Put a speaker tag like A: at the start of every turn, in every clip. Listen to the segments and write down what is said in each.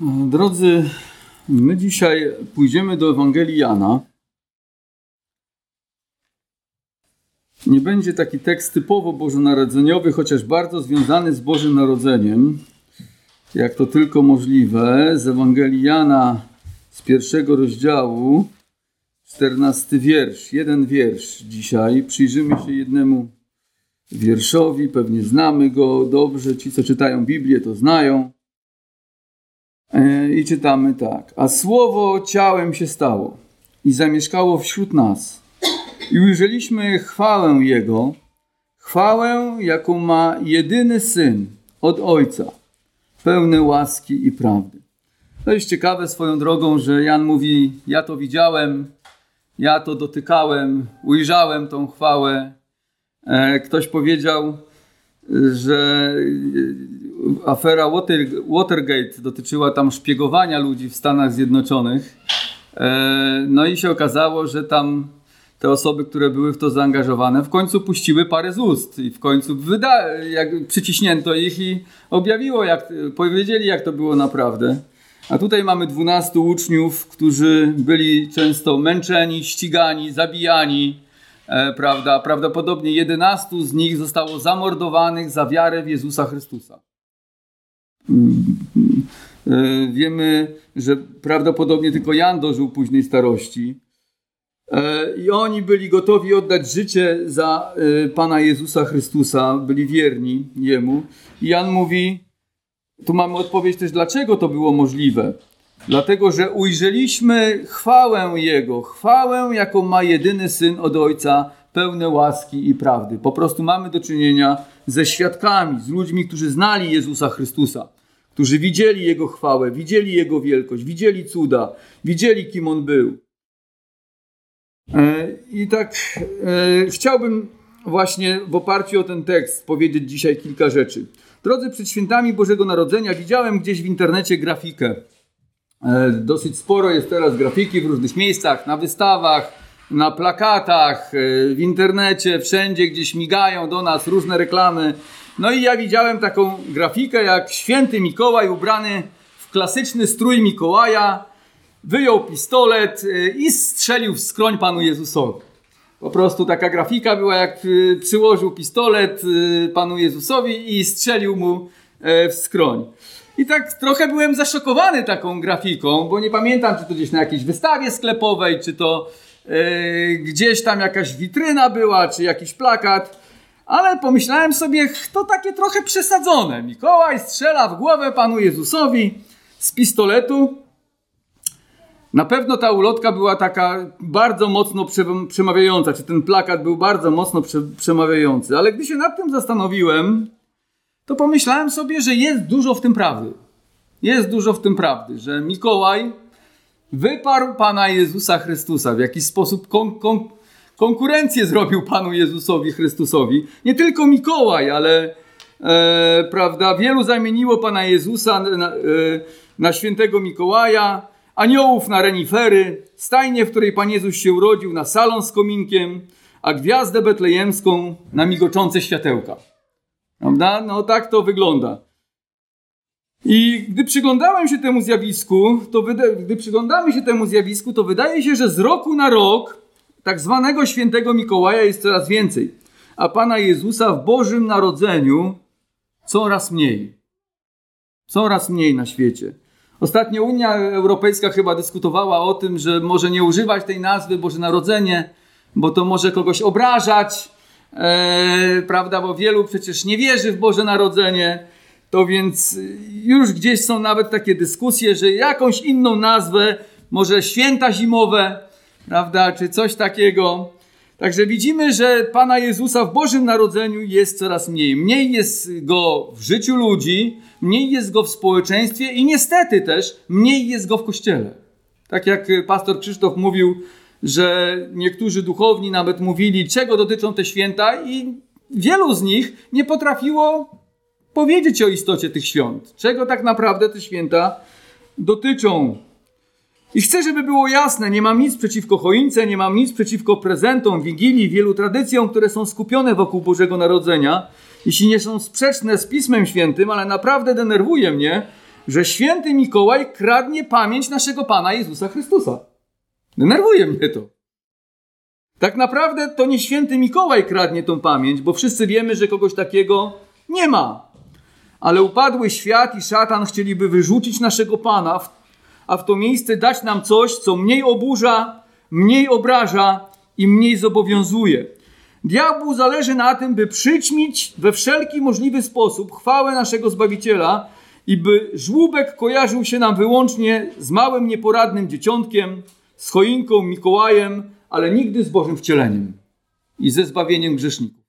A: Drodzy, my dzisiaj pójdziemy do Ewangelii Jana. Nie będzie taki tekst typowo bożonarodzeniowy, chociaż bardzo związany z Bożym Narodzeniem, jak to tylko możliwe. Z Ewangelii Jana z 1 rozdziału, 14 wiersz, jeden wiersz dzisiaj. Przyjrzymy się jednemu wierszowi, pewnie znamy go dobrze. Ci, co czytają Biblię, to znają. I czytamy tak. A słowo ciałem się stało i zamieszkało wśród nas. I ujrzeliśmy chwałę Jego, chwałę, jaką ma jedyny Syn od Ojca, pełne łaski i prawdy. To jest ciekawe swoją drogą, że Jan mówi, ja to widziałem, ja to dotykałem, ujrzałem tą chwałę. Ktoś powiedział, że afera Watergate dotyczyła tam szpiegowania ludzi w Stanach Zjednoczonych. No i się okazało, że tam te osoby, które były w to zaangażowane, w końcu puściły parę z ust i w końcu przyciśnięto ich i powiedzieli, jak to było naprawdę. A tutaj mamy 12 uczniów, którzy byli często męczeni, ścigani, zabijani. Prawdopodobnie 11 z nich zostało zamordowanych za wiarę w Jezusa Chrystusa. Wiemy, że prawdopodobnie tylko Jan dożył późnej starości. I oni byli gotowi oddać życie za Pana Jezusa Chrystusa, byli wierni Jemu. I Jan mówi, tu mamy odpowiedź też, dlaczego to było możliwe. Dlatego, że ujrzeliśmy chwałę Jego, chwałę, jaką ma jedyny Syn od Ojca, pełne łaski i prawdy. Po prostu mamy do czynienia ze świadkami, z ludźmi, którzy znali Jezusa Chrystusa, którzy widzieli Jego chwałę, widzieli Jego wielkość, widzieli cuda, widzieli, kim On był. I tak chciałbym właśnie w oparciu o ten tekst powiedzieć dzisiaj kilka rzeczy. Drodzy, przed świętami Bożego Narodzenia widziałem gdzieś w internecie grafikę. Dosyć sporo jest teraz grafiki w różnych miejscach, na wystawach, na plakatach, w internecie, wszędzie gdzieś migają do nas różne reklamy. No i ja widziałem taką grafikę, jak święty Mikołaj ubrany w klasyczny strój Mikołaja wyjął pistolet i strzelił w skroń Panu Jezusowi. Po prostu taka grafika była, jak przyłożył pistolet Panu Jezusowi i strzelił mu w skroń. I tak trochę byłem zaszokowany taką grafiką, bo nie pamiętam, czy to gdzieś na jakiejś wystawie sklepowej, czy to gdzieś tam jakaś witryna była, czy jakiś plakat. Ale pomyślałem sobie, to takie trochę przesadzone. Mikołaj strzela w głowę Panu Jezusowi z pistoletu. Na pewno ta ulotka była taka bardzo mocno przemawiająca, czy ten plakat był bardzo mocno przemawiający. Ale gdy się nad tym zastanowiłem, to pomyślałem sobie, że jest dużo w tym prawdy. Jest dużo w tym prawdy, że Mikołaj wyparł Pana Jezusa Chrystusa. W jakiś sposób konkurencję zrobił Panu Jezusowi Chrystusowi. Nie tylko Mikołaj, ale wielu zamieniło Pana Jezusa na świętego Mikołaja, aniołów na renifery, stajnię, w której Pan Jezus się urodził, na salon z kominkiem, a gwiazdę betlejemską na migoczące światełka. Prawda? No tak to wygląda. I gdy przyglądamy się temu zjawisku, to wydaje się, że z roku na rok tak zwanego świętego Mikołaja jest coraz więcej, a Pana Jezusa w Bożym Narodzeniu coraz mniej. Coraz mniej na świecie. Ostatnio Unia Europejska chyba dyskutowała o tym, że może nie używać tej nazwy Boże Narodzenie, bo to może kogoś obrażać, bo wielu przecież nie wierzy w Boże Narodzenie. To więc już gdzieś są nawet takie dyskusje, że jakąś inną nazwę, może święta zimowe, prawda, czy coś takiego. Także widzimy, że Pana Jezusa w Bożym Narodzeniu jest coraz mniej. Mniej jest Go w życiu ludzi, mniej jest Go w społeczeństwie i niestety też mniej jest Go w Kościele. Tak jak pastor Krzysztof mówił, że niektórzy duchowni nawet mówili, czego dotyczą te święta i wielu z nich nie potrafiło powiedzieć o istocie tych świąt. Czego tak naprawdę te święta dotyczą. I chcę, żeby było jasne, nie mam nic przeciwko choince, nie mam nic przeciwko prezentom, wigilii, wielu tradycjom, które są skupione wokół Bożego Narodzenia, jeśli nie są sprzeczne z Pismem Świętym, ale naprawdę denerwuje mnie, że święty Mikołaj kradnie pamięć naszego Pana Jezusa Chrystusa. Denerwuje mnie to. Tak naprawdę to nie święty Mikołaj kradnie tą pamięć, bo wszyscy wiemy, że kogoś takiego nie ma. Ale upadły świat i szatan chcieliby wyrzucić naszego Pana, a w to miejsce dać nam coś, co mniej oburza, mniej obraża i mniej zobowiązuje. Diabłu zależy na tym, by przyćmić we wszelki możliwy sposób chwałę naszego Zbawiciela i by żłóbek kojarzył się nam wyłącznie z małym, nieporadnym dzieciątkiem, z choinką, Mikołajem, ale nigdy z Bożym wcieleniem i ze zbawieniem grzeszników.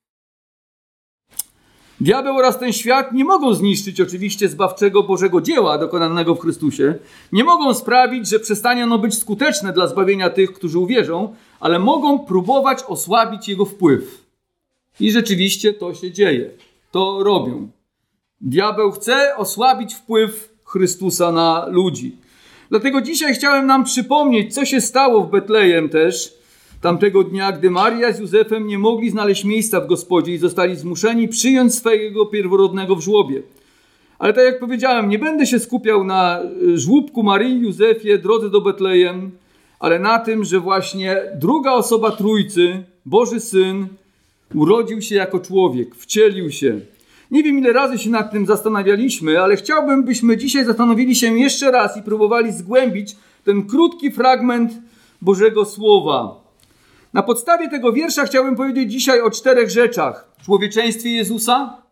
A: Diabeł oraz ten świat nie mogą zniszczyć oczywiście zbawczego Bożego dzieła dokonanego w Chrystusie. Nie mogą sprawić, że przestanie ono być skuteczne dla zbawienia tych, którzy uwierzą, ale mogą próbować osłabić jego wpływ. I rzeczywiście to się dzieje. To robią. Diabeł chce osłabić wpływ Chrystusa na ludzi. Dlatego dzisiaj chciałem nam przypomnieć, co się stało w Betlejem też, tamtego dnia, gdy Maria z Józefem nie mogli znaleźć miejsca w gospodzie i zostali zmuszeni przyjąć swojego pierworodnego w żłobie. Ale tak jak powiedziałem, nie będę się skupiał na żłóbku Maryi, Józefie, drodze do Betlejem, ale na tym, że właśnie druga osoba Trójcy, Boży Syn, urodził się jako człowiek, wcielił się. Nie wiem, ile razy się nad tym zastanawialiśmy, ale chciałbym, byśmy dzisiaj zastanowili się jeszcze raz i próbowali zgłębić ten krótki fragment Bożego Słowa. Na podstawie tego wiersza chciałbym powiedzieć dzisiaj o 4 rzeczach. Człowieczeństwie Jezusa,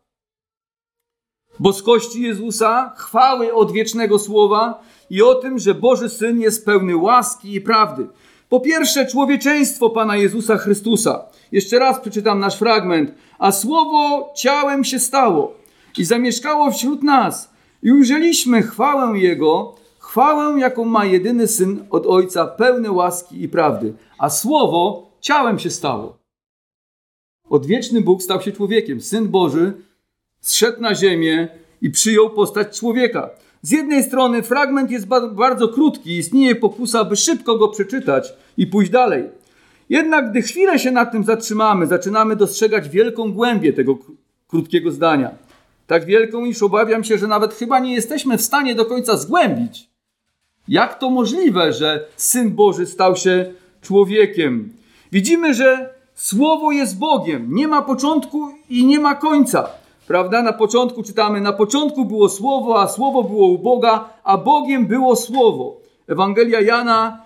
A: boskości Jezusa, chwały odwiecznego Słowa i o tym, że Boży Syn jest pełny łaski i prawdy. Po pierwsze, człowieczeństwo Pana Jezusa Chrystusa. Jeszcze raz przeczytam nasz fragment. A Słowo ciałem się stało i zamieszkało wśród nas i ujrzeliśmy chwałę Jego, chwałę, jaką ma jedyny Syn od Ojca, pełny łaski i prawdy. A Słowo ciałem się stało. Odwieczny Bóg stał się człowiekiem. Syn Boży zszedł na ziemię i przyjął postać człowieka. Z jednej strony fragment jest bardzo krótki, istnieje pokusa, by szybko go przeczytać i pójść dalej. Jednak gdy chwilę się nad tym zatrzymamy, zaczynamy dostrzegać wielką głębię tego krótkiego zdania. Tak wielką, iż obawiam się, że nawet chyba nie jesteśmy w stanie do końca zgłębić. Jak to możliwe, że Syn Boży stał się człowiekiem? Widzimy, że Słowo jest Bogiem. Nie ma początku i nie ma końca. Prawda? Na początku czytamy, na początku było Słowo, a Słowo było u Boga, a Bogiem było Słowo. Ewangelia Jana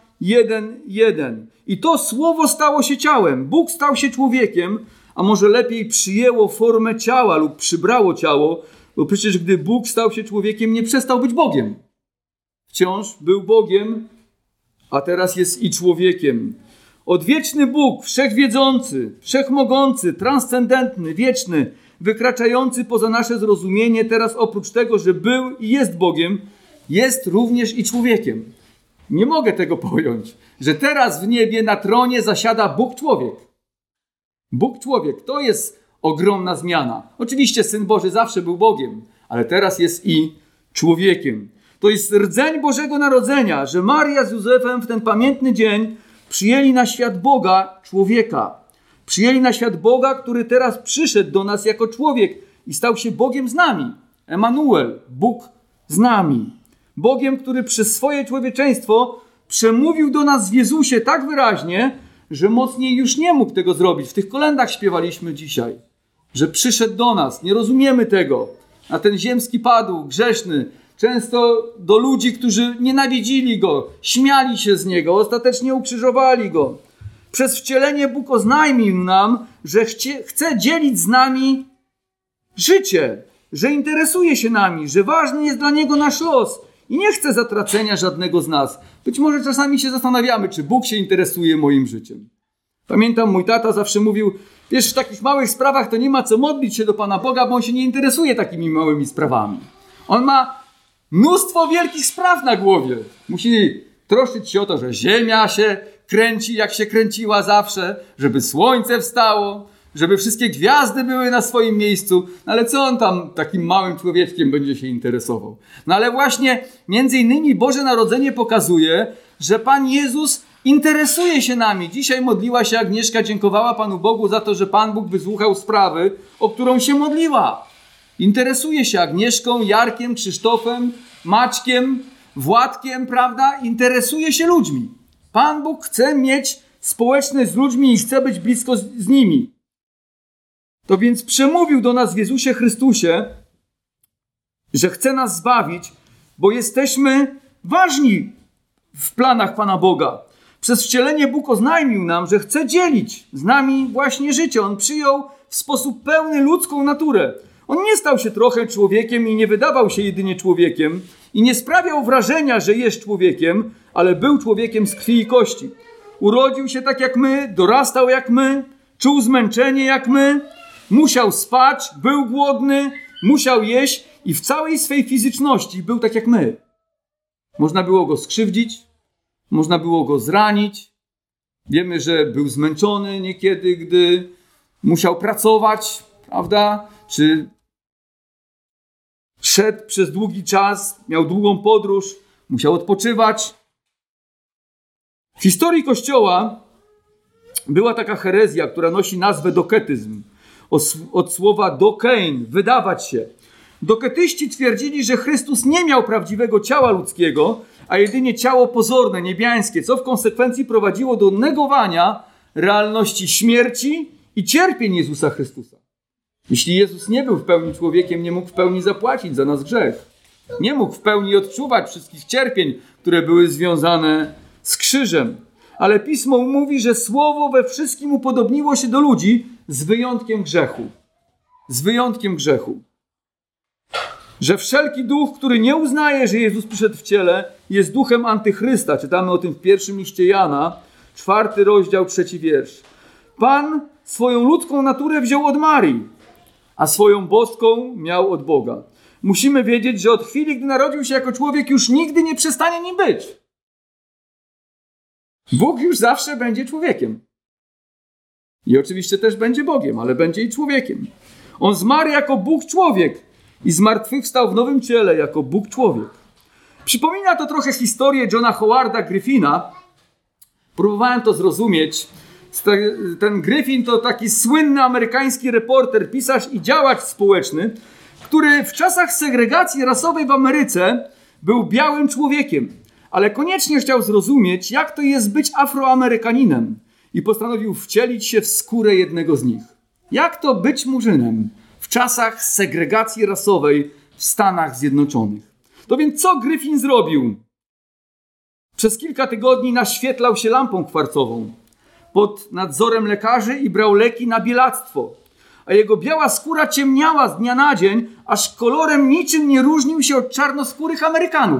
A: 1:1. I to Słowo stało się ciałem. Bóg stał się człowiekiem, a może lepiej przyjęło formę ciała lub przybrało ciało, bo przecież gdy Bóg stał się człowiekiem, nie przestał być Bogiem. Wciąż był Bogiem, a teraz jest i człowiekiem. Odwieczny Bóg, wszechwiedzący, wszechmogący, transcendentny, wieczny, wykraczający poza nasze zrozumienie, teraz oprócz tego, że był i jest Bogiem, jest również i człowiekiem. Nie mogę tego pojąć, że teraz w niebie na tronie zasiada Bóg człowiek. Bóg człowiek, to jest ogromna zmiana. Oczywiście Syn Boży zawsze był Bogiem, ale teraz jest i człowiekiem. To jest rdzeń Bożego Narodzenia, że Maria z Józefem w ten pamiętny dzień przyjęli na świat Boga człowieka. Przyjęli na świat Boga, który teraz przyszedł do nas jako człowiek i stał się Bogiem z nami. Emanuel, Bóg z nami. Bogiem, który przez swoje człowieczeństwo przemówił do nas w Jezusie tak wyraźnie, że mocniej już nie mógł tego zrobić. W tych kolędach śpiewaliśmy dzisiaj, że przyszedł do nas. Nie rozumiemy tego. A ten ziemski padł, grzeszny, często do ludzi, którzy nienawidzili Go, śmiali się z Niego, ostatecznie ukrzyżowali Go. Przez wcielenie Bóg oznajmił nam, że chce dzielić z nami życie, że interesuje się nami, że ważny jest dla Niego nasz los i nie chce zatracenia żadnego z nas. Być może czasami się zastanawiamy, czy Bóg się interesuje moim życiem. Pamiętam, mój tata zawsze mówił, wiesz, w takich małych sprawach to nie ma co modlić się do Pana Boga, bo On się nie interesuje takimi małymi sprawami. On ma mnóstwo wielkich spraw na głowie. Musi troszczyć się o to, że ziemia się kręci, jak się kręciła zawsze, żeby słońce wstało, żeby wszystkie gwiazdy były na swoim miejscu. No ale co on tam takim małym człowieczkiem będzie się interesował? No ale właśnie między innymi Boże Narodzenie pokazuje, że Pan Jezus interesuje się nami. Dzisiaj modliła się Agnieszka, dziękowała Panu Bogu za to, że Pan Bóg wysłuchał sprawy, o którą się modliła. Interesuje się Agnieszką, Jarkiem, Krzysztofem, Maćkiem, Władkiem, prawda, interesuje się ludźmi. Pan Bóg chce mieć społeczność z ludźmi i chce być blisko z nimi. To więc przemówił do nas w Jezusie Chrystusie, że chce nas zbawić, bo jesteśmy ważni w planach Pana Boga. Przez wcielenie Bóg oznajmił nam, że chce dzielić z nami właśnie życie. On przyjął w sposób pełny ludzką naturę. On nie stał się trochę człowiekiem i nie wydawał się jedynie człowiekiem i nie sprawiał wrażenia, że jest człowiekiem, ale był człowiekiem z krwi i kości. Urodził się tak jak my, dorastał jak my, czuł zmęczenie jak my, musiał spać, był głodny, musiał jeść i w całej swej fizyczności był tak jak my. Można było go skrzywdzić, można było go zranić. Wiemy, że był zmęczony niekiedy, gdy musiał pracować, prawda? Czy szedł przez długi czas, miał długą podróż, musiał odpoczywać. W historii Kościoła była taka herezja, która nosi nazwę doketyzm. Od słowa dokein, wydawać się. Doketyści twierdzili, że Chrystus nie miał prawdziwego ciała ludzkiego, a jedynie ciało pozorne, niebiańskie, co w konsekwencji prowadziło do negowania realności śmierci i cierpień Jezusa Chrystusa. Jeśli Jezus nie był w pełni człowiekiem, nie mógł w pełni zapłacić za nas grzech. Nie mógł w pełni odczuwać wszystkich cierpień, które były związane z krzyżem. Ale Pismo mówi, że Słowo we wszystkim upodobniło się do ludzi z wyjątkiem grzechu. Z wyjątkiem grzechu. Że wszelki duch, który nie uznaje, że Jezus przyszedł w ciele, jest duchem antychrysta. Czytamy o tym w pierwszym liście Jana, 4 rozdział, 3 wiersz. Pan swoją ludzką naturę wziął od Marii, a swoją boską miał od Boga. Musimy wiedzieć, że od chwili, gdy narodził się jako człowiek, już nigdy nie przestanie nim być. Bóg już zawsze będzie człowiekiem. I oczywiście też będzie Bogiem, ale będzie i człowiekiem. On zmarł jako Bóg człowiek i zmartwychwstał w nowym ciele jako Bóg człowiek. Przypomina to trochę historię Johna Howarda Griffina. Próbowałem to zrozumieć. Ten Griffin to taki słynny amerykański reporter, pisarz i działacz społeczny, który w czasach segregacji rasowej w Ameryce był białym człowiekiem, ale koniecznie chciał zrozumieć, jak to jest być Afroamerykaninem i postanowił wcielić się w skórę jednego z nich. Jak to być Murzynem w czasach segregacji rasowej w Stanach Zjednoczonych? To więc co Griffin zrobił? Przez kilka tygodni naświetlał się lampą kwarcową pod nadzorem lekarzy i brał leki na bielactwo, a jego biała skóra ciemniała z dnia na dzień, aż kolorem niczym nie różnił się od czarnoskórych Amerykanów.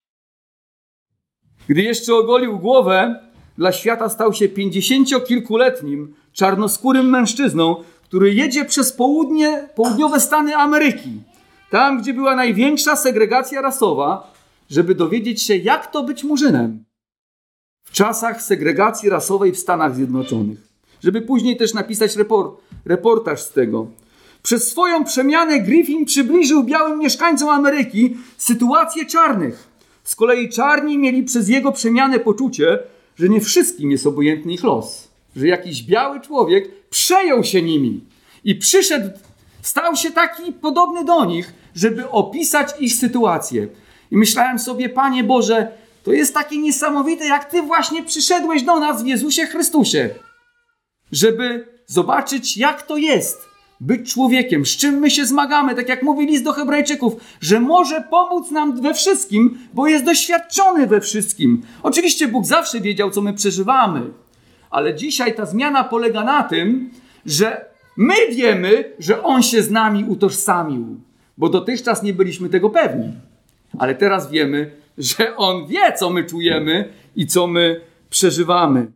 A: Gdy jeszcze ogolił głowę, dla świata stał się 50-kilkuletnim czarnoskórym mężczyzną, który jedzie przez południowe Stany Ameryki, tam gdzie była największa segregacja rasowa, żeby dowiedzieć się, jak to być Murzynem w czasach segregacji rasowej w Stanach Zjednoczonych. Żeby później też napisać reportaż z tego. Przez swoją przemianę Griffin przybliżył białym mieszkańcom Ameryki sytuację czarnych. Z kolei czarni mieli przez jego przemianę poczucie, że nie wszystkim jest obojętny ich los. Że jakiś biały człowiek przejął się nimi i przyszedł, stał się taki podobny do nich, żeby opisać ich sytuację. I myślałem sobie, Panie Boże, to jest takie niesamowite, jak Ty właśnie przyszedłeś do nas w Jezusie Chrystusie, żeby zobaczyć, jak to jest być człowiekiem, z czym my się zmagamy, tak jak mówi list do Hebrajczyków, że może pomóc nam we wszystkim, bo jest doświadczony we wszystkim. Oczywiście Bóg zawsze wiedział, co my przeżywamy, ale dzisiaj ta zmiana polega na tym, że my wiemy, że On się z nami utożsamił, bo dotychczas nie byliśmy tego pewni. Ale teraz wiemy, że On wie, co my czujemy i co my przeżywamy.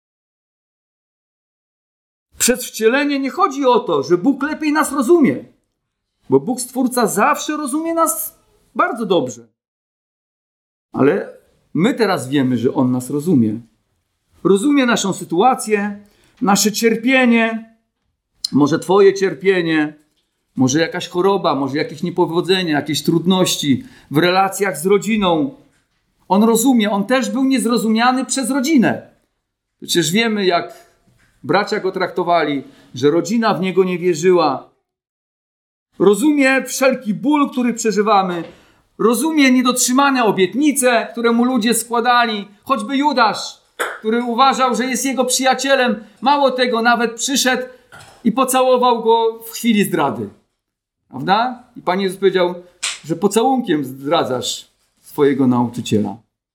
A: Przez wcielenie nie chodzi o to, że Bóg lepiej nas rozumie, bo Bóg Stwórca zawsze rozumie nas bardzo dobrze. Ale my teraz wiemy, że On nas rozumie. Rozumie naszą sytuację, nasze cierpienie, może Twoje cierpienie, może jakaś choroba, może jakieś niepowodzenia, jakieś trudności w relacjach z rodziną. On rozumie, on też był niezrozumiany przez rodzinę. Przecież wiemy, jak bracia go traktowali, że rodzina w niego nie wierzyła. Rozumie wszelki ból, który przeżywamy. Rozumie niedotrzymane obietnice, które mu ludzie składali. Choćby Judasz, który uważał, że jest jego przyjacielem. Mało tego, nawet przyszedł i pocałował go w chwili zdrady. Prawda? I Pan Jezus powiedział, że pocałunkiem zdradzasz swojego nauczyciela.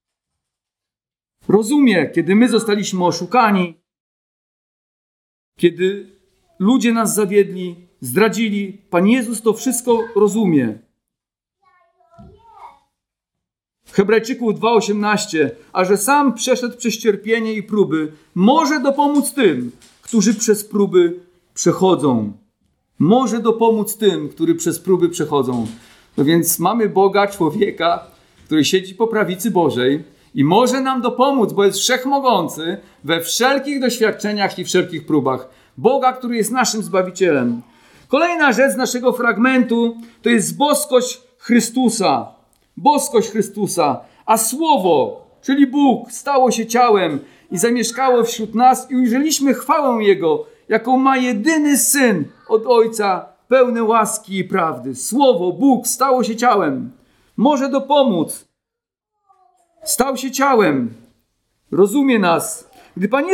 A: Rozumie, kiedy my zostaliśmy oszukani, kiedy ludzie nas zawiedli, zdradzili. Pan Jezus to wszystko rozumie. Hebrajczyków 2:18, a że sam przeszedł przez cierpienie i próby, może dopomóc tym, którzy przez próby przechodzą. Może dopomóc tym, którzy przez próby przechodzą. No więc mamy Boga, człowieka, który siedzi po prawicy Bożej i może nam dopomóc, bo jest wszechmogący we wszelkich doświadczeniach i wszelkich próbach. Boga, który jest naszym Zbawicielem. Kolejna rzecz z naszego fragmentu to jest boskość Chrystusa. Boskość Chrystusa. A Słowo, czyli Bóg, stało się ciałem i zamieszkało wśród nas i ujrzeliśmy chwałę Jego, jaką ma jedyny Syn od Ojca, pełne łaski i prawdy. Słowo, Bóg, stało się ciałem. Może dopomóc. Stał się ciałem. Rozumie nas. Gdyby Pan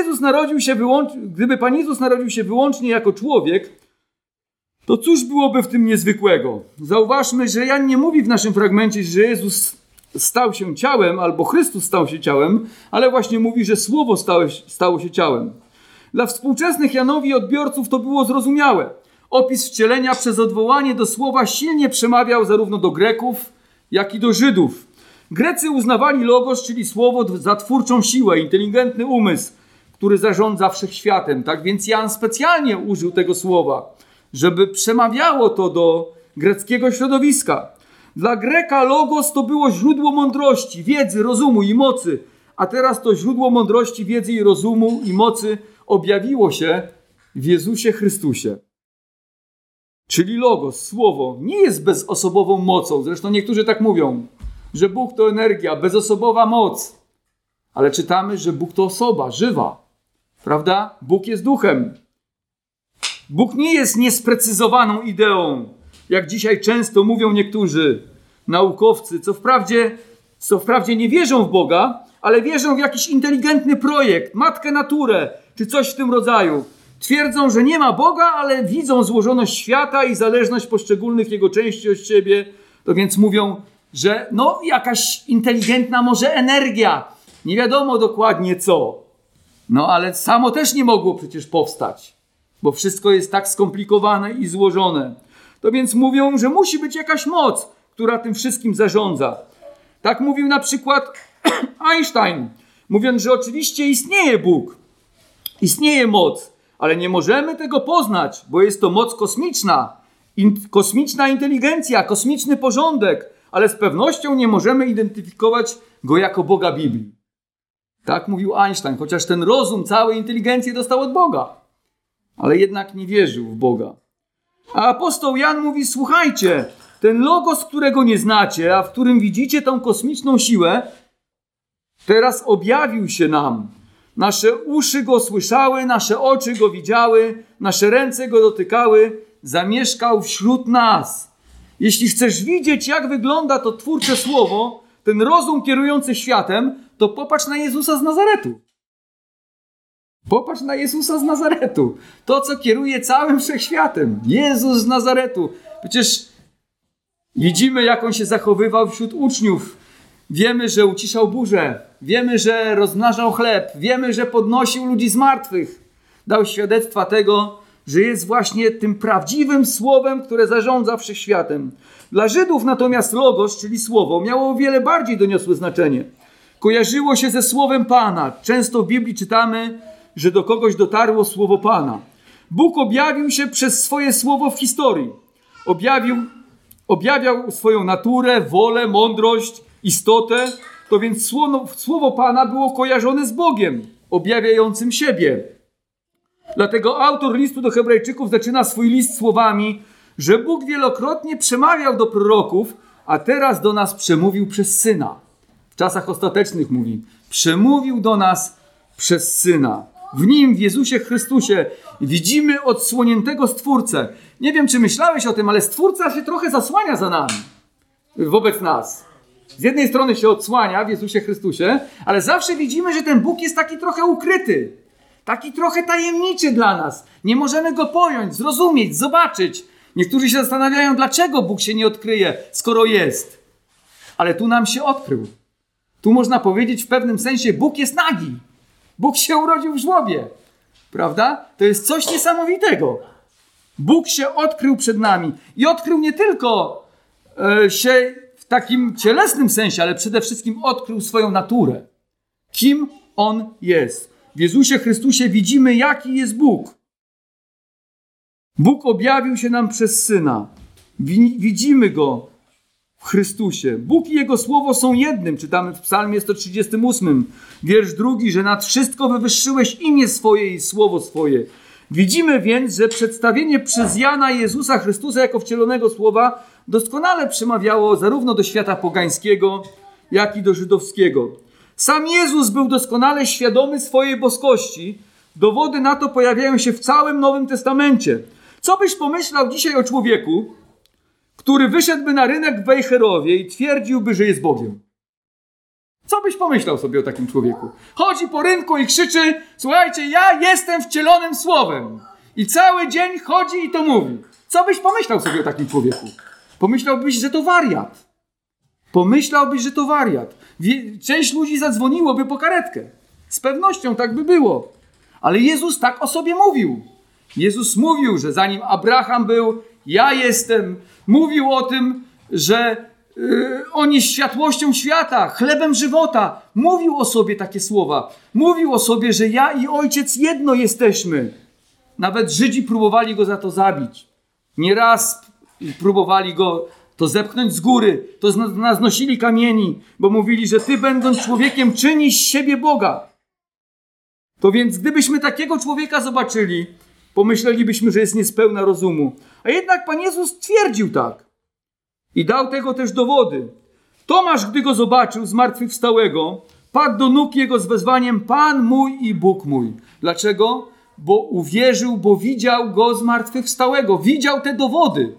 A: Jezus narodził się wyłącznie jako człowiek, to cóż byłoby w tym niezwykłego? Zauważmy, że Jan nie mówi w naszym fragmencie, że Jezus stał się ciałem albo Chrystus stał się ciałem, ale właśnie mówi, że Słowo stało się ciałem. Dla współczesnych Janowi odbiorców to było zrozumiałe. Opis wcielenia przez odwołanie do Słowa silnie przemawiał zarówno do Greków, jak i do Żydów. Grecy uznawali logos, czyli Słowo, za twórczą siłę, inteligentny umysł, który zarządza wszechświatem. Tak więc Jan specjalnie użył tego słowa, żeby przemawiało to do greckiego środowiska. Dla Greka logos to było źródło mądrości, wiedzy, rozumu i mocy. A teraz to źródło mądrości, wiedzy i rozumu i mocy objawiło się w Jezusie Chrystusie. Czyli logos, słowo, nie jest bezosobową mocą. Zresztą niektórzy tak mówią, że Bóg to energia, bezosobowa moc. Ale czytamy, że Bóg to osoba, żywa. Prawda? Bóg jest duchem. Bóg nie jest niesprecyzowaną ideą, jak dzisiaj często mówią niektórzy naukowcy, co wprawdzie nie wierzą w Boga, ale wierzą w jakiś inteligentny projekt, matkę naturę, czy coś w tym rodzaju. Twierdzą, że nie ma Boga, ale widzą złożoność świata i zależność poszczególnych jego części od siebie. To więc mówią, że jakaś inteligentna może energia, nie wiadomo dokładnie co. Ale samo też nie mogło przecież powstać, bo wszystko jest tak skomplikowane i złożone. To więc mówią, że musi być jakaś moc, która tym wszystkim zarządza. Tak mówił na przykład Einstein, mówiąc, że oczywiście istnieje Bóg, istnieje moc, ale nie możemy tego poznać, bo jest to moc kosmiczna, kosmiczna inteligencja, kosmiczny porządek, ale z pewnością nie możemy identyfikować go jako Boga Biblii. Tak mówił Einstein, chociaż ten rozum, całej inteligencję dostał od Boga, ale jednak nie wierzył w Boga. A apostoł Jan mówi, słuchajcie, ten logos, którego nie znacie, a w którym widzicie tą kosmiczną siłę, teraz objawił się nam. Nasze uszy go słyszały, nasze oczy go widziały, nasze ręce go dotykały, zamieszkał wśród nas. Jeśli chcesz widzieć, jak wygląda to twórcze słowo, ten rozum kierujący światem, to popatrz na Jezusa z Nazaretu. Popatrz na Jezusa z Nazaretu. To, co kieruje całym wszechświatem. Jezus z Nazaretu. Przecież widzimy, jak on się zachowywał wśród uczniów. Wiemy, że uciszał burzę. Wiemy, że rozmnażał chleb. Wiemy, że podnosił ludzi z martwych. Dał świadectwa tego, że jest właśnie tym prawdziwym słowem, które zarządza wszechświatem. Dla Żydów natomiast logos, czyli słowo, miało o wiele bardziej doniosłe znaczenie. Kojarzyło się ze słowem Pana. Często w Biblii czytamy, że do kogoś dotarło słowo Pana. Bóg objawił się przez swoje słowo w historii. Objawiał swoją naturę, wolę, mądrość, istotę. To więc słowo Pana było kojarzone z Bogiem, objawiającym siebie. Dlatego autor listu do Hebrajczyków zaczyna swój list słowami, że Bóg wielokrotnie przemawiał do proroków, a teraz do nas przemówił przez Syna. W czasach ostatecznych mówi, przemówił do nas przez Syna. W Nim, w Jezusie Chrystusie, widzimy odsłoniętego Stwórcę. Nie wiem, czy myślałeś o tym, ale Stwórca się trochę zasłania za nami. wobec nas. Z jednej strony się odsłania w Jezusie Chrystusie, ale zawsze widzimy, że ten Bóg jest taki trochę ukryty. Taki trochę tajemniczy dla nas. Nie możemy go pojąć, zrozumieć, zobaczyć. Niektórzy się zastanawiają, dlaczego Bóg się nie odkryje, skoro jest. Ale tu nam się odkrył. Tu można powiedzieć w pewnym sensie, Bóg jest nagi. Bóg się urodził w żłobie. Prawda? To jest coś niesamowitego. Bóg się odkrył przed nami. I odkrył nie tylko się w takim cielesnym sensie, ale przede wszystkim odkrył swoją naturę. Kim On jest. W Jezusie Chrystusie widzimy, jaki jest Bóg. Bóg objawił się nam przez Syna. Widzimy Go w Chrystusie. Bóg i Jego Słowo są jednym. Czytamy w Psalmie 138, wiersz 2, że nad wszystko wywyższyłeś imię swoje i Słowo swoje. Widzimy więc, że przedstawienie przez Jana Jezusa Chrystusa jako wcielonego Słowa doskonale przemawiało zarówno do świata pogańskiego, jak i do żydowskiego. Sam Jezus był doskonale świadomy swojej boskości. Dowody na to pojawiają się w całym Nowym Testamencie. Co byś pomyślał dzisiaj o człowieku, który wyszedłby na rynek w Wejherowie i twierdziłby, że jest Bogiem? Co byś pomyślał sobie o takim człowieku? Chodzi po rynku i krzyczy: słuchajcie, ja jestem wcielonym Słowem. I cały dzień chodzi i to mówi. Co byś pomyślał sobie o takim człowieku? Pomyślałbyś, że to wariat. Pomyślałbyś, że to wariat. Część ludzi zadzwoniłoby po karetkę. Z pewnością tak by było. Ale Jezus tak o sobie mówił. Jezus mówił, że zanim Abraham był, ja jestem. Mówił o tym, że on jest światłością świata, chlebem żywota. Mówił o sobie takie słowa. Mówił o sobie, że ja i Ojciec jedno jesteśmy. Nawet Żydzi próbowali go za to zabić. Nieraz próbowali go to zepchnąć z góry, to znosili kamieni, bo mówili, że ty, będąc człowiekiem, czynisz z siebie Boga. To więc gdybyśmy takiego człowieka zobaczyli, pomyślelibyśmy, że jest niespełna rozumu. A jednak Pan Jezus twierdził tak. I dał tego też dowody. Tomasz, gdy go zobaczył zmartwychwstałego, padł do nóg Jego z wezwaniem: Pan mój i Bóg mój. Dlaczego? Bo uwierzył, bo widział Go zmartwychwstałego. Widział te dowody.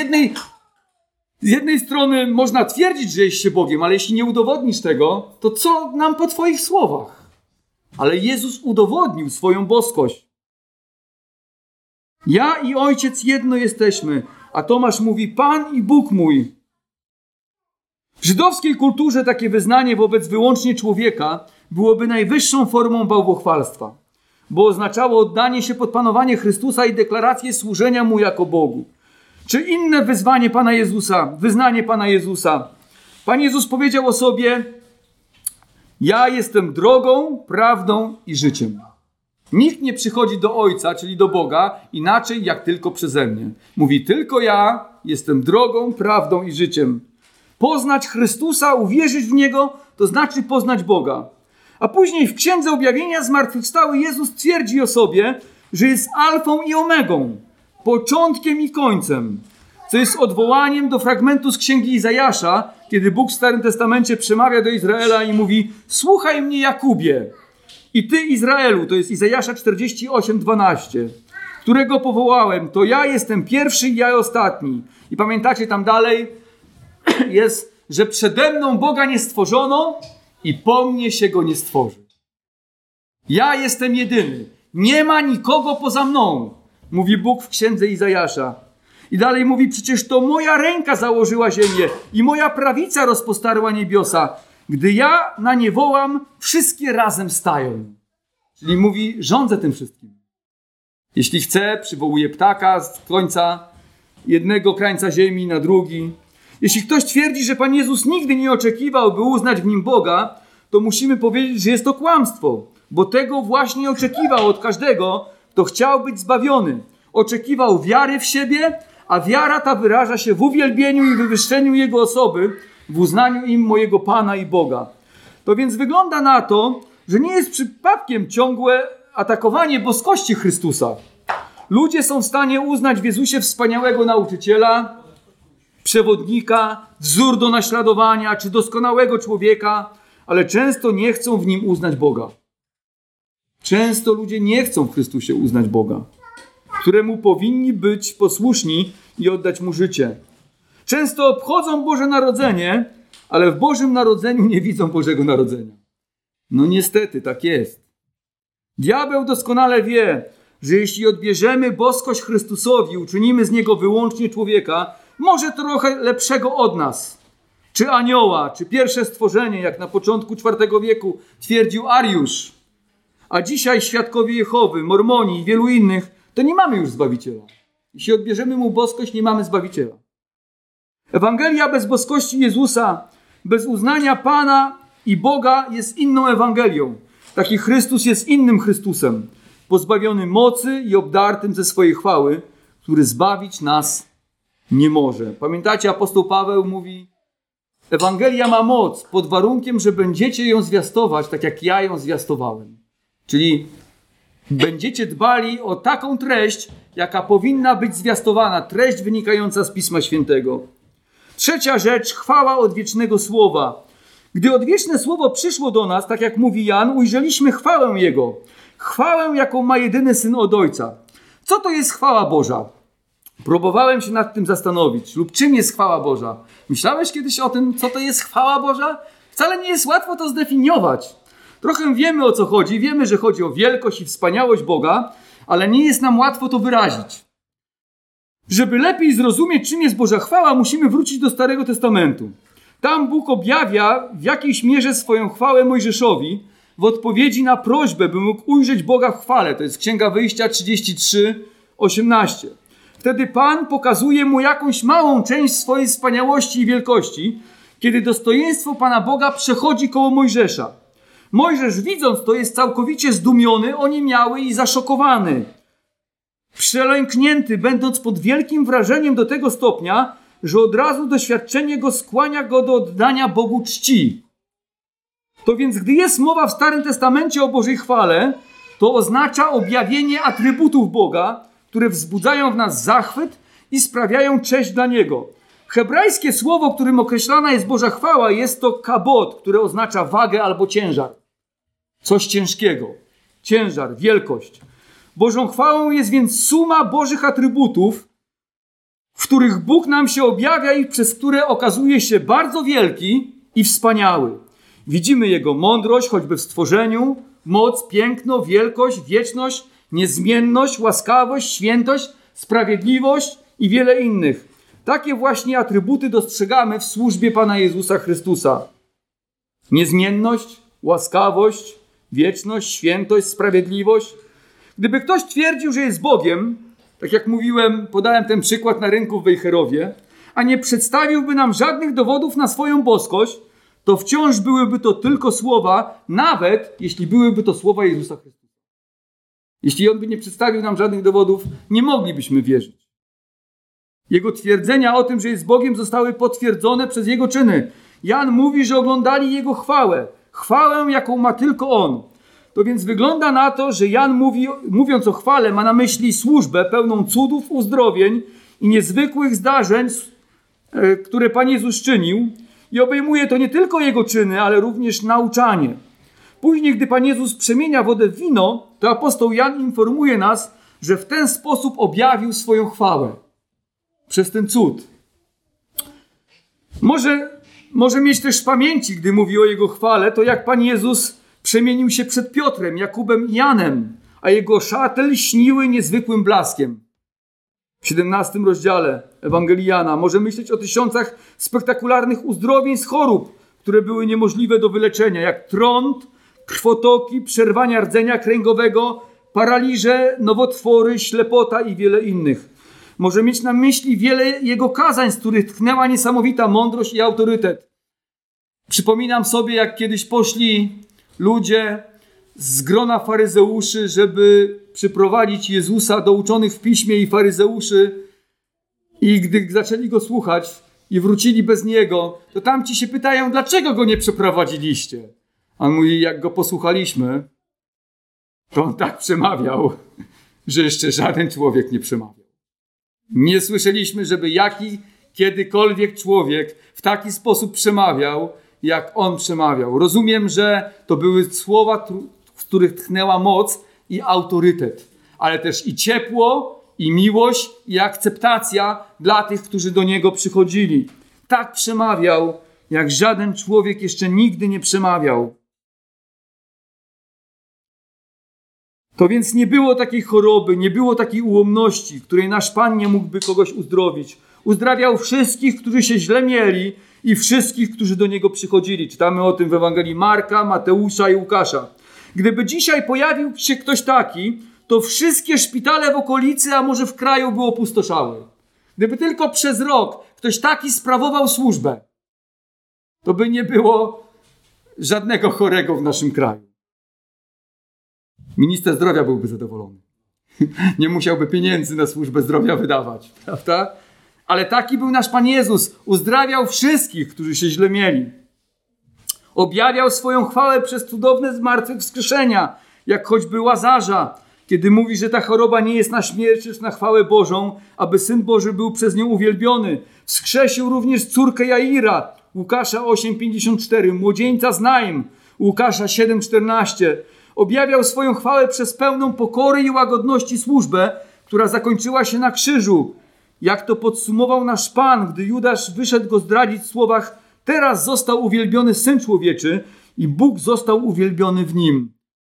A: Z jednej strony można twierdzić, że jesteś Bogiem, ale jeśli nie udowodnisz tego, to co nam po Twoich słowach? Ale Jezus udowodnił swoją boskość. Ja i Ojciec jedno jesteśmy, a Tomasz mówi: Pan i Bóg mój. W żydowskiej kulturze takie wyznanie wobec wyłącznie człowieka byłoby najwyższą formą bałwochwalstwa, bo oznaczało oddanie się pod panowanie Chrystusa i deklarację służenia Mu jako Bogu. Czy inne wyznanie Pana Jezusa. Pan Jezus powiedział o sobie: ja jestem drogą, prawdą i życiem. Nikt nie przychodzi do Ojca, czyli do Boga, inaczej jak tylko przeze mnie. Mówi: tylko ja jestem drogą, prawdą i życiem. Poznać Chrystusa, uwierzyć w Niego, to znaczy poznać Boga. A później w Księdze Objawienia zmartwychwstały Jezus twierdzi o sobie, że jest alfą i omegą, początkiem i końcem, co jest odwołaniem do fragmentu z Księgi Izajasza, kiedy Bóg w Starym Testamencie przemawia do Izraela i mówi: słuchaj mnie, Jakubie, i ty, Izraelu, to jest Izajasza 48:12, którego powołałem, to ja jestem pierwszy i ja ostatni. I pamiętacie, tam dalej jest, że przede mną Boga nie stworzono i po mnie się Go nie stworzy. Ja jestem jedyny. Nie ma nikogo poza mną, mówi Bóg w Księdze Izajasza. I dalej mówi: przecież to moja ręka założyła ziemię i moja prawica rozpostarła niebiosa. Gdy ja na nie wołam, wszystkie razem stają. Czyli mówi: rządzę tym wszystkim. Jeśli chce, przywołuje ptaka z jednego krańca ziemi na drugi. Jeśli ktoś twierdzi, że Pan Jezus nigdy nie oczekiwał, by uznać w Nim Boga, to musimy powiedzieć, że jest to kłamstwo, bo tego właśnie oczekiwał od każdego, kto chciał być zbawiony. Oczekiwał wiary w siebie, a wiara ta wyraża się w uwielbieniu i wywyższeniu Jego osoby, w uznaniu im mojego Pana i Boga. To więc wygląda na to, że nie jest przypadkiem ciągłe atakowanie boskości Chrystusa. Ludzie są w stanie uznać w Jezusie wspaniałego nauczyciela, przewodnika, wzór do naśladowania czy doskonałego człowieka, ale często nie chcą w Nim uznać Boga. Często ludzie nie chcą w Chrystusie uznać Boga, któremu powinni być posłuszni i oddać Mu życie. Często obchodzą Boże Narodzenie, ale w Bożym Narodzeniu nie widzą Bożego Narodzenia. No niestety, tak jest. Diabeł doskonale wie, że jeśli odbierzemy boskość Chrystusowi, uczynimy z Niego wyłącznie człowieka, może trochę lepszego od nas, czy anioła, czy pierwsze stworzenie, jak na początku IV wieku twierdził Ariusz. A dzisiaj świadkowie Jehowy, Mormoni i wielu innych, to nie mamy już Zbawiciela. Jeśli odbierzemy Mu boskość, nie mamy Zbawiciela. Ewangelia bez boskości Jezusa, bez uznania Pana i Boga jest inną Ewangelią. Taki Chrystus jest innym Chrystusem, pozbawionym mocy i obdartym ze swojej chwały, który zbawić nas nie może. Pamiętacie, apostoł Paweł mówi: Ewangelia ma moc pod warunkiem, że będziecie ją zwiastować tak, jak ja ją zwiastowałem. Czyli będziecie dbali o taką treść, jaka powinna być zwiastowana, treść wynikająca z Pisma Świętego. Trzecia rzecz, chwała odwiecznego Słowa. Gdy odwieczne Słowo przyszło do nas, tak jak mówi Jan, ujrzeliśmy chwałę Jego. Chwałę, jaką ma jedyny Syn od Ojca. Co to jest chwała Boża? Próbowałem się nad tym zastanowić. Lub czym jest chwała Boża? Myślałeś kiedyś o tym, co to jest chwała Boża? Wcale nie jest łatwo to zdefiniować. Trochę wiemy, o co chodzi. Wiemy, że chodzi o wielkość i wspaniałość Boga, ale nie jest nam łatwo to wyrazić. Żeby lepiej zrozumieć, czym jest Boża chwała, musimy wrócić do Starego Testamentu. Tam Bóg objawia w jakiejś mierze swoją chwałę Mojżeszowi w odpowiedzi na prośbę, by mógł ujrzeć Boga w chwale. To jest Księga Wyjścia 33:18. Wtedy Pan pokazuje mu jakąś małą część swojej wspaniałości i wielkości, kiedy dostojeństwo Pana Boga przechodzi koło Mojżesza. Mojżesz, widząc to, jest całkowicie zdumiony, oniemiały i zaszokowany. Przelęknięty, będąc pod wielkim wrażeniem do tego stopnia, że od razu doświadczenie go skłania go do oddania Bogu czci. To więc, gdy jest mowa w Starym Testamencie o Bożej chwale, to oznacza objawienie atrybutów Boga, które wzbudzają w nas zachwyt i sprawiają cześć dla Niego. Hebrajskie słowo, którym określana jest Boża chwała, jest to kabod, które oznacza wagę albo ciężar. Coś ciężkiego. Ciężar, wielkość. Bożą chwałą jest więc suma Bożych atrybutów, w których Bóg nam się objawia i przez które okazuje się bardzo wielki i wspaniały. Widzimy Jego mądrość, choćby w stworzeniu, moc, piękno, wielkość, wieczność, niezmienność, łaskawość, świętość, sprawiedliwość i wiele innych. Takie właśnie atrybuty dostrzegamy w służbie Pana Jezusa Chrystusa. Niezmienność, łaskawość, wieczność, świętość, sprawiedliwość. Gdyby ktoś twierdził, że jest Bogiem, tak jak mówiłem, podałem ten przykład na rynku w Wejherowie, a nie przedstawiłby nam żadnych dowodów na swoją boskość, to wciąż byłyby to tylko słowa, nawet jeśli byłyby to słowa Jezusa Chrystusa. Jeśli On by nie przedstawił nam żadnych dowodów, nie moglibyśmy wierzyć. Jego twierdzenia o tym, że jest Bogiem, zostały potwierdzone przez Jego czyny. Jan mówi, że oglądali Jego chwałę. Chwałę, jaką ma tylko On. To więc wygląda na to, że Jan mówiąc o chwale, ma na myśli służbę pełną cudów, uzdrowień i niezwykłych zdarzeń, które Pan Jezus czynił, i obejmuje to nie tylko Jego czyny, ale również nauczanie. Później, gdy Pan Jezus przemienia wodę w wino, to apostoł Jan informuje nas, że w ten sposób objawił swoją chwałę. Przez ten cud. Może mieć też w pamięci, gdy mówi o Jego chwale, to jak Pan Jezus przemienił się przed Piotrem, Jakubem i Janem, a Jego szaty lśniły niezwykłym blaskiem. W 17 rozdziale Ewangelii Jana może myśleć o tysiącach spektakularnych uzdrowień z chorób, które były niemożliwe do wyleczenia, jak trąd, krwotoki, przerwania rdzenia kręgowego, paraliże, nowotwory, ślepota i wiele innych. Może mieć na myśli wiele Jego kazań, z których tchnęła niesamowita mądrość i autorytet. Przypominam sobie, jak kiedyś poszli ludzie z grona faryzeuszy, żeby przyprowadzić Jezusa do uczonych w piśmie i faryzeuszy, i gdy zaczęli Go słuchać i wrócili bez Niego, to tamci się pytają, dlaczego Go nie przeprowadziliście? A on mówi, jak Go posłuchaliśmy, to On tak przemawiał, że jeszcze żaden człowiek nie przemawiał. Nie słyszeliśmy, żeby kiedykolwiek człowiek w taki sposób przemawiał, jak On przemawiał. Rozumiem, że to były słowa, w których tchnęła moc i autorytet, ale też i ciepło, i miłość i akceptacja dla tych, którzy do Niego przychodzili. Tak przemawiał, jak żaden człowiek jeszcze nigdy nie przemawiał. To więc nie było takiej choroby, nie było takiej ułomności, której nasz Pan nie mógłby kogoś uzdrowić. Uzdrawiał wszystkich, którzy się źle mieli i wszystkich, którzy do Niego przychodzili. Czytamy o tym w Ewangelii Marka, Mateusza i Łukasza. Gdyby dzisiaj pojawił się ktoś taki, to wszystkie szpitale w okolicy, a może w kraju by opustoszały. Gdyby tylko przez rok ktoś taki sprawował służbę, to by nie było żadnego chorego w naszym kraju. Minister zdrowia byłby zadowolony. Nie musiałby pieniędzy na służbę zdrowia wydawać, prawda? Ale taki był nasz Pan Jezus. Uzdrawiał wszystkich, którzy się źle mieli. Objawiał swoją chwałę przez cudowne zmartwychwskrzeszenia, jak choćby Łazarza, kiedy mówi, że ta choroba nie jest na śmierć, lecz na chwałę Bożą, aby Syn Boży był przez nią uwielbiony. Wskrzesił również córkę Jaira, Łukasza 8,54, młodzieńca z Naim, Łukasza 7,14. Objawiał swoją chwałę przez pełną pokory i łagodności służbę, która zakończyła się na krzyżu. Jak to podsumował nasz Pan, gdy Judasz wyszedł go zdradzić w słowach: teraz został uwielbiony Syn Człowieczy i Bóg został uwielbiony w Nim.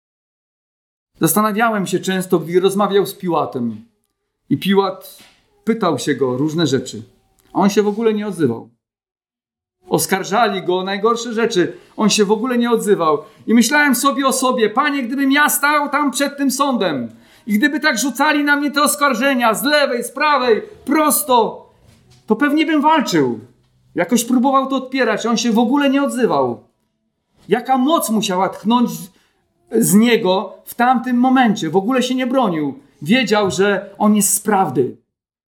A: Zastanawiałem się często, gdy rozmawiał z Piłatem. I Piłat pytał się go różne rzeczy. A on się w ogóle nie odzywał. Oskarżali go o najgorsze rzeczy. On się w ogóle nie odzywał. I myślałem sobie o sobie: Panie, gdybym ja stał tam przed tym sądem i gdyby tak rzucali na mnie te oskarżenia z lewej, z prawej, prosto, to pewnie bym walczył. Jakoś próbował to odpierać. On się w ogóle nie odzywał. Jaka moc musiała tchnąć z niego w tamtym momencie. W ogóle się nie bronił. Wiedział, że on jest z prawdy.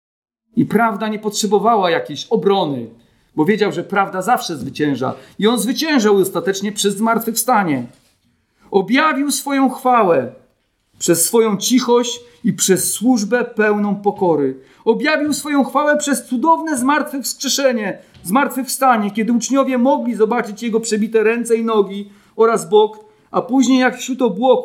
A: I prawda nie potrzebowała jakiejś obrony, bo wiedział, że prawda zawsze zwycięża. I on zwyciężał ostatecznie przez zmartwychwstanie. Objawił swoją chwałę przez swoją cichość i przez służbę pełną pokory. Objawił swoją chwałę przez cudowne zmartwychwstanie, kiedy uczniowie mogli zobaczyć Jego przebite ręce i nogi oraz bok, a później jak wśród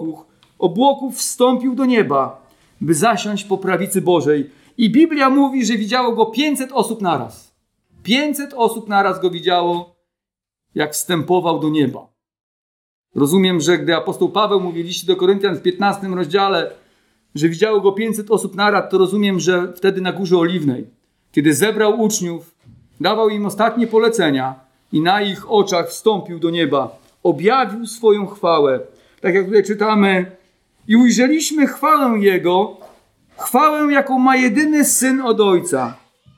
A: obłoków wstąpił do nieba, by zasiąść po prawicy Bożej. I Biblia mówi, że widziało Go 500 osób naraz. 500 osób naraz Go widziało, jak wstępował do nieba. Rozumiem, że gdy apostoł Paweł mówi w liście do Koryntian w 15 rozdziale, że widziało Go 500 osób naraz, to rozumiem, że wtedy na Górze Oliwnej, kiedy zebrał uczniów, dawał im ostatnie polecenia i na ich oczach wstąpił do nieba. Objawił swoją chwałę. Tak jak tutaj czytamy: i ujrzeliśmy chwałę Jego, chwałę, jaką ma jedyny Syn od Ojca.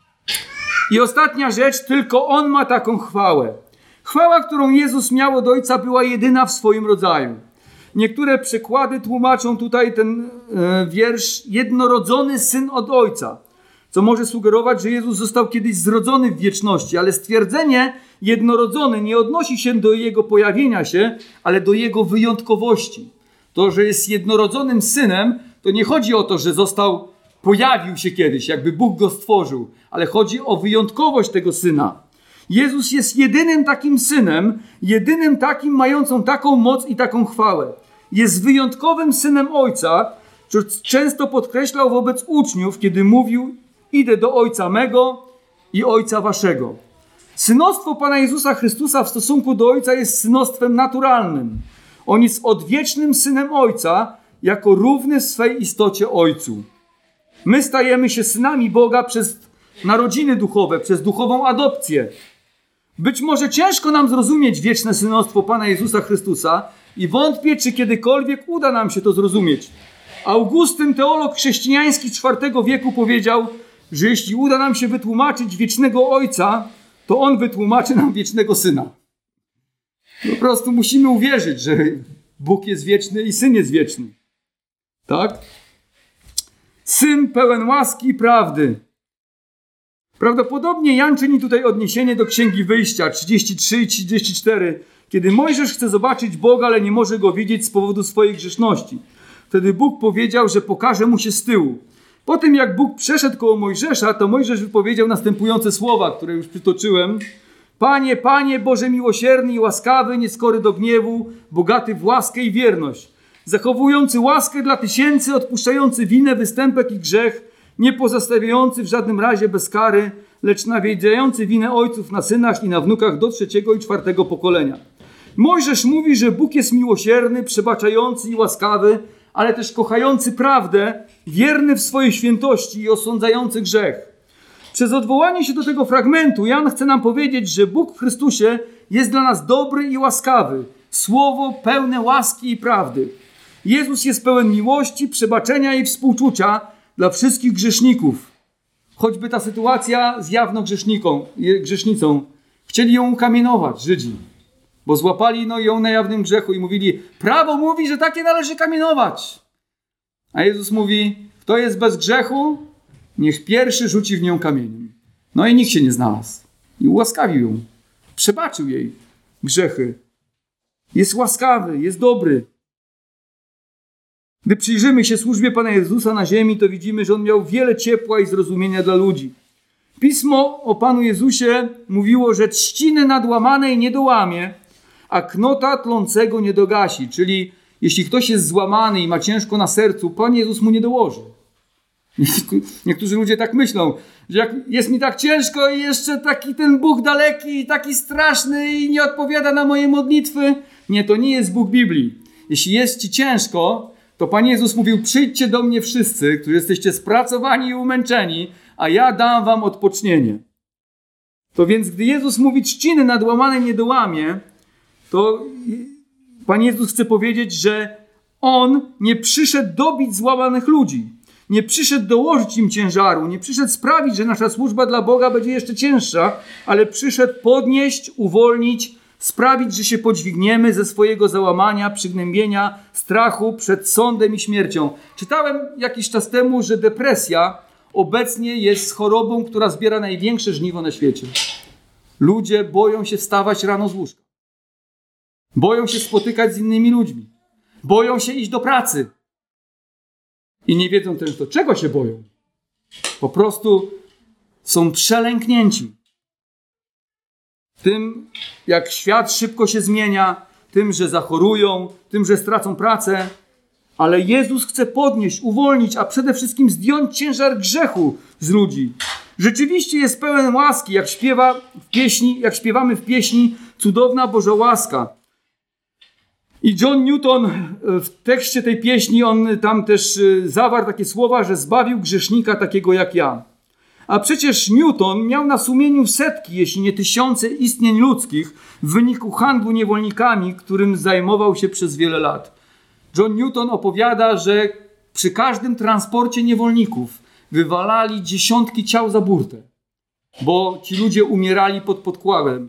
A: I ostatnia rzecz, tylko On ma taką chwałę. Chwała, którą Jezus miał od Ojca, była jedyna w swoim rodzaju. Niektóre przykłady tłumaczą tutaj ten wiersz: jednorodzony Syn od Ojca, co może sugerować, że Jezus został kiedyś zrodzony w wieczności, ale stwierdzenie jednorodzony nie odnosi się do Jego pojawienia się, ale do Jego wyjątkowości. To, że jest jednorodzonym Synem, to nie chodzi o to, że pojawił się kiedyś, jakby Bóg Go stworzył, ale chodzi o wyjątkowość tego Syna. Jezus jest jedynym takim Synem, jedynym takim mającą taką moc i taką chwałę. Jest wyjątkowym Synem Ojca, co często podkreślał wobec uczniów, kiedy mówił: idę do Ojca mego i Ojca waszego. Synostwo Pana Jezusa Chrystusa w stosunku do Ojca jest synostwem naturalnym. On jest odwiecznym Synem Ojca, jako równy w swej istocie Ojcu. My stajemy się synami Boga przez narodziny duchowe, przez duchową adopcję. Być może ciężko nam zrozumieć wieczne synostwo Pana Jezusa Chrystusa i wątpię, czy kiedykolwiek uda nam się to zrozumieć. Augustyn, teolog chrześcijański IV wieku, powiedział, że jeśli uda nam się wytłumaczyć wiecznego Ojca, to On wytłumaczy nam wiecznego Syna. Po prostu musimy uwierzyć, że Bóg jest wieczny i Syn jest wieczny. Tak? Syn pełen łaski i prawdy. Prawdopodobnie Jan czyni tutaj odniesienie do Księgi Wyjścia 33 i 34, kiedy Mojżesz chce zobaczyć Boga, ale nie może Go widzieć z powodu swojej grzeszności. Wtedy Bóg powiedział, że pokaże mu się z tyłu. Po tym jak Bóg przeszedł koło Mojżesza, to Mojżesz wypowiedział następujące słowa, które już przytoczyłem. Panie, Panie, Boże miłosierny i łaskawy, nieskory do gniewu, bogaty w łaskę i wierność, zachowujący łaskę dla tysięcy, odpuszczający winę, występek i grzech, nie pozostawiający w żadnym razie bez kary, lecz nawiedziający winę ojców na synach i na wnukach do 3. i 4. pokolenia. Mojżesz mówi, że Bóg jest miłosierny, przebaczający i łaskawy, ale też kochający prawdę, wierny w swojej świętości i osądzający grzech. Przez odwołanie się do tego fragmentu Jan chce nam powiedzieć, że Bóg w Chrystusie jest dla nas dobry i łaskawy. Słowo pełne łaski i prawdy. Jezus jest pełen miłości, przebaczenia i współczucia dla wszystkich grzeszników. Choćby ta sytuacja z jawną grzesznicą. Chcieli ją ukamienować, Żydzi. Bo złapali ją na jawnym grzechu i mówili, prawo mówi, że takie należy kamienować. A Jezus mówi, kto jest bez grzechu, niech pierwszy rzuci w nią kamieniem. No i nikt się nie znalazł. I ułaskawił ją. Przebaczył jej grzechy. Jest łaskawy, jest dobry. Gdy przyjrzymy się służbie Pana Jezusa na ziemi, to widzimy, że On miał wiele ciepła i zrozumienia dla ludzi. Pismo o Panu Jezusie mówiło, że trzciny nadłamanej nie dołamie, a knota tlącego nie dogasi. Czyli jeśli ktoś jest złamany i ma ciężko na sercu, Pan Jezus mu nie dołoży. Niektórzy ludzie tak myślą, że jak jest mi tak ciężko i jeszcze taki ten Bóg daleki i taki straszny i nie odpowiada na moje modlitwy. Nie, to nie jest Bóg Biblii. Jeśli jest ci ciężko, to Pan Jezus mówił, przyjdźcie do mnie wszyscy, którzy jesteście spracowani i umęczeni, a ja dam wam odpocznienie. To więc, gdy Jezus mówi, trzciny nadłamane nie dołamie, to Pan Jezus chce powiedzieć, że On nie przyszedł dobić złamanych ludzi. Nie przyszedł dołożyć im ciężaru, nie przyszedł sprawić, że nasza służba dla Boga będzie jeszcze cięższa, ale przyszedł podnieść, uwolnić, sprawić, że się podźwigniemy ze swojego załamania, przygnębienia, strachu przed sądem i śmiercią. Czytałem jakiś czas temu, że depresja obecnie jest chorobą, która zbiera największe żniwo na świecie. Ludzie boją się wstawać rano z łóżka. Boją się spotykać z innymi ludźmi. Boją się iść do pracy. I nie wiedzą często, czego się boją. Po prostu są przelęknięci tym, jak świat szybko się zmienia, tym, że zachorują, tym, że stracą pracę. Ale Jezus chce podnieść, uwolnić, a przede wszystkim zdjąć ciężar grzechu z ludzi. Rzeczywiście jest pełen łaski, jak śpiewamy w pieśni Cudowna Boża łaska. I John Newton w tekście tej pieśni, on tam też zawarł takie słowa, że zbawił grzesznika takiego jak ja. A przecież Newton miał na sumieniu setki, jeśli nie tysiące istnień ludzkich w wyniku handlu niewolnikami, którym zajmował się przez wiele lat. John Newton opowiada, że przy każdym transporcie niewolników wywalali dziesiątki ciał za burtę, bo ci ludzie umierali pod podkładem.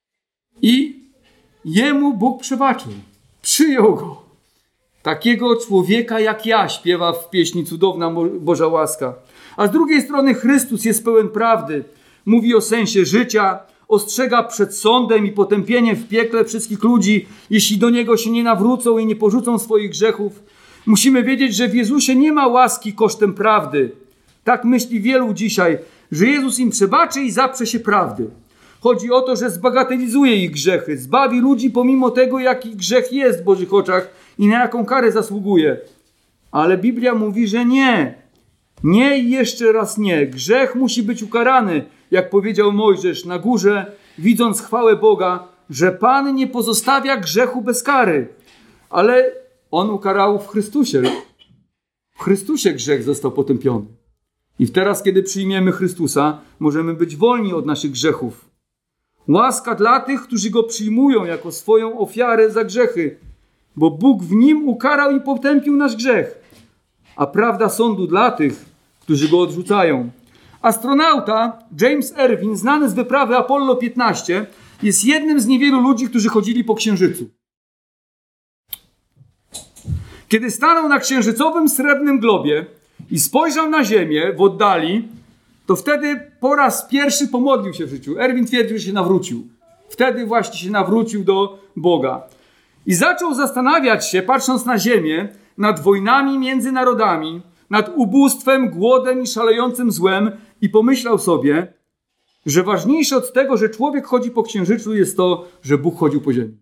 A: I jemu Bóg przebaczył. Przyjął go. Takiego człowieka jak ja, śpiewa w pieśni Cudowna Boża łaska. A z drugiej strony Chrystus jest pełen prawdy. Mówi o sensie życia, ostrzega przed sądem i potępieniem w piekle wszystkich ludzi, jeśli do Niego się nie nawrócą i nie porzucą swoich grzechów. Musimy wiedzieć, że w Jezusie nie ma łaski kosztem prawdy. Tak myśli wielu dzisiaj, że Jezus im przebaczy i zaprze się prawdy. Chodzi o to, że zbagatelizuje ich grzechy, zbawi ludzi pomimo tego, jaki grzech jest w Bożych oczach i na jaką karę zasługuje. Ale Biblia mówi, że nie. Nie i jeszcze raz nie. Grzech musi być ukarany, jak powiedział Mojżesz na górze, widząc chwałę Boga, że Pan nie pozostawia grzechu bez kary. Ale On ukarał w Chrystusie. W Chrystusie grzech został potępiony. I teraz, kiedy przyjmiemy Chrystusa, możemy być wolni od naszych grzechów. Łaska dla tych, którzy Go przyjmują jako swoją ofiarę za grzechy, bo Bóg w Nim ukarał i potępił nasz grzech. A prawda sądu dla tych, którzy Go odrzucają. Astronauta James Irwin, znany z wyprawy Apollo 15, jest jednym z niewielu ludzi, którzy chodzili po Księżycu. Kiedy stanął na księżycowym srebrnym globie i spojrzał na Ziemię w oddali, to wtedy po raz pierwszy pomodlił się w życiu. Irwin twierdził, że się nawrócił. Wtedy właśnie się nawrócił do Boga. I zaczął zastanawiać się, patrząc na Ziemię, nad wojnami między narodami, nad ubóstwem, głodem i szalejącym złem i pomyślał sobie, że ważniejsze od tego, że człowiek chodzi po Księżycu, jest to, że Bóg chodził po ziemi.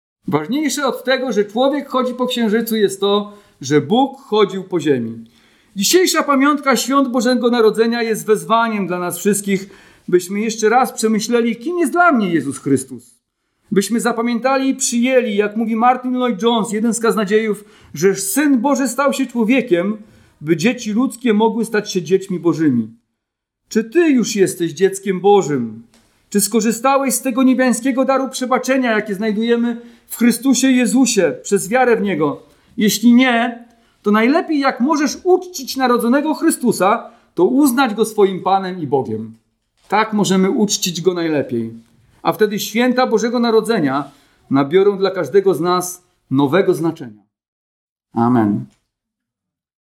A: Ważniejsze od tego, że człowiek chodzi po Księżycu, jest to, że Bóg chodził po ziemi. Dzisiejsza pamiątka świąt Bożego Narodzenia jest wezwaniem dla nas wszystkich, byśmy jeszcze raz przemyśleli, kim jest dla mnie Jezus Chrystus. Byśmy zapamiętali i przyjęli, jak mówi Martin Lloyd-Jones, jeden z kaznodziejów, że Syn Boży stał się człowiekiem, by dzieci ludzkie mogły stać się dziećmi Bożymi. Czy ty już jesteś dzieckiem Bożym? Czy skorzystałeś z tego niebiańskiego daru przebaczenia, jakie znajdujemy w Chrystusie Jezusie, przez wiarę w Niego? Jeśli nie, to najlepiej jak możesz uczcić narodzonego Chrystusa, to uznać Go swoim Panem i Bogiem. Tak możemy uczcić Go najlepiej. A wtedy święta Bożego Narodzenia nabiorą dla każdego z nas nowego znaczenia. Amen.